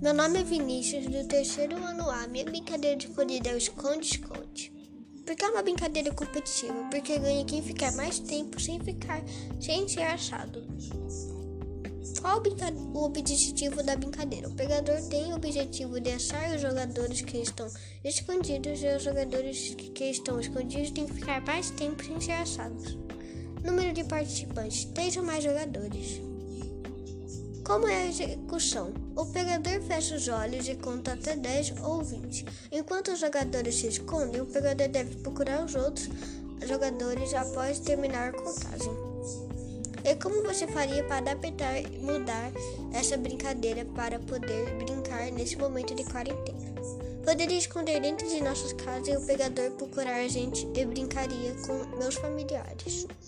Meu nome é Vinícius, do terceiro ano A. Minha brincadeira escolhida é o esconde-esconde. Porque é uma brincadeira competitiva, porque ganha quem ficar mais tempo sem ser achado. Qual o objetivo da brincadeira? O pegador tem o objetivo de achar os jogadores que estão escondidos e os jogadores que estão escondidos têm que ficar mais tempo sem ser achados. Número de participantes: 3 ou mais jogadores. Como é a execução? O pegador fecha os olhos e conta até 10 ou 20. Enquanto os jogadores se escondem, o pegador deve procurar os outros jogadores após terminar a contagem. E como você faria para adaptar e mudar essa brincadeira para poder brincar nesse momento de quarentena? Poderia esconder dentro de nossas casas e o pegador procurar a gente e brincaria com meus familiares.